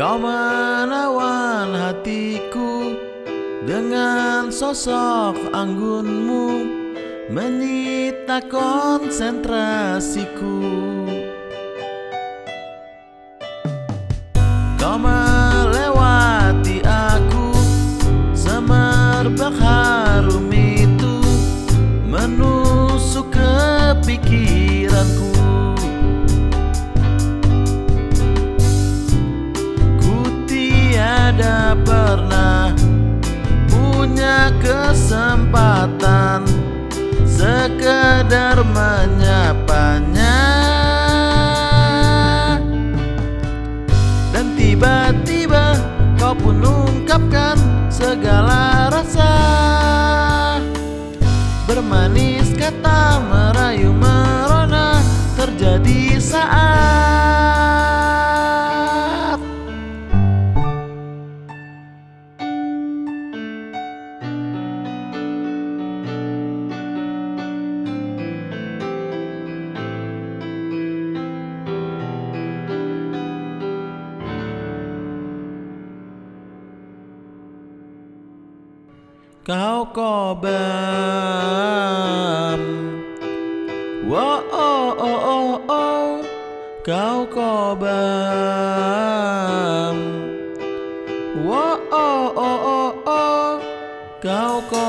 Kau menawan hatiku dengan sosok anggunmu, menyita konsentrasiku. Kau melewati aku, semerbak harum itu menusuk ke pikiranku. Ku tiada pernah punya kesempatan sekedar menyapanya, dan tiba-tiba kau pun ungkapkan segala rasa, bermanis kata merayu merona terjadi saat kau kobam. Wow, oh, oh, oh, oh. Kau kobam. Wow, oh, oh, oh, oh. Kau kobam.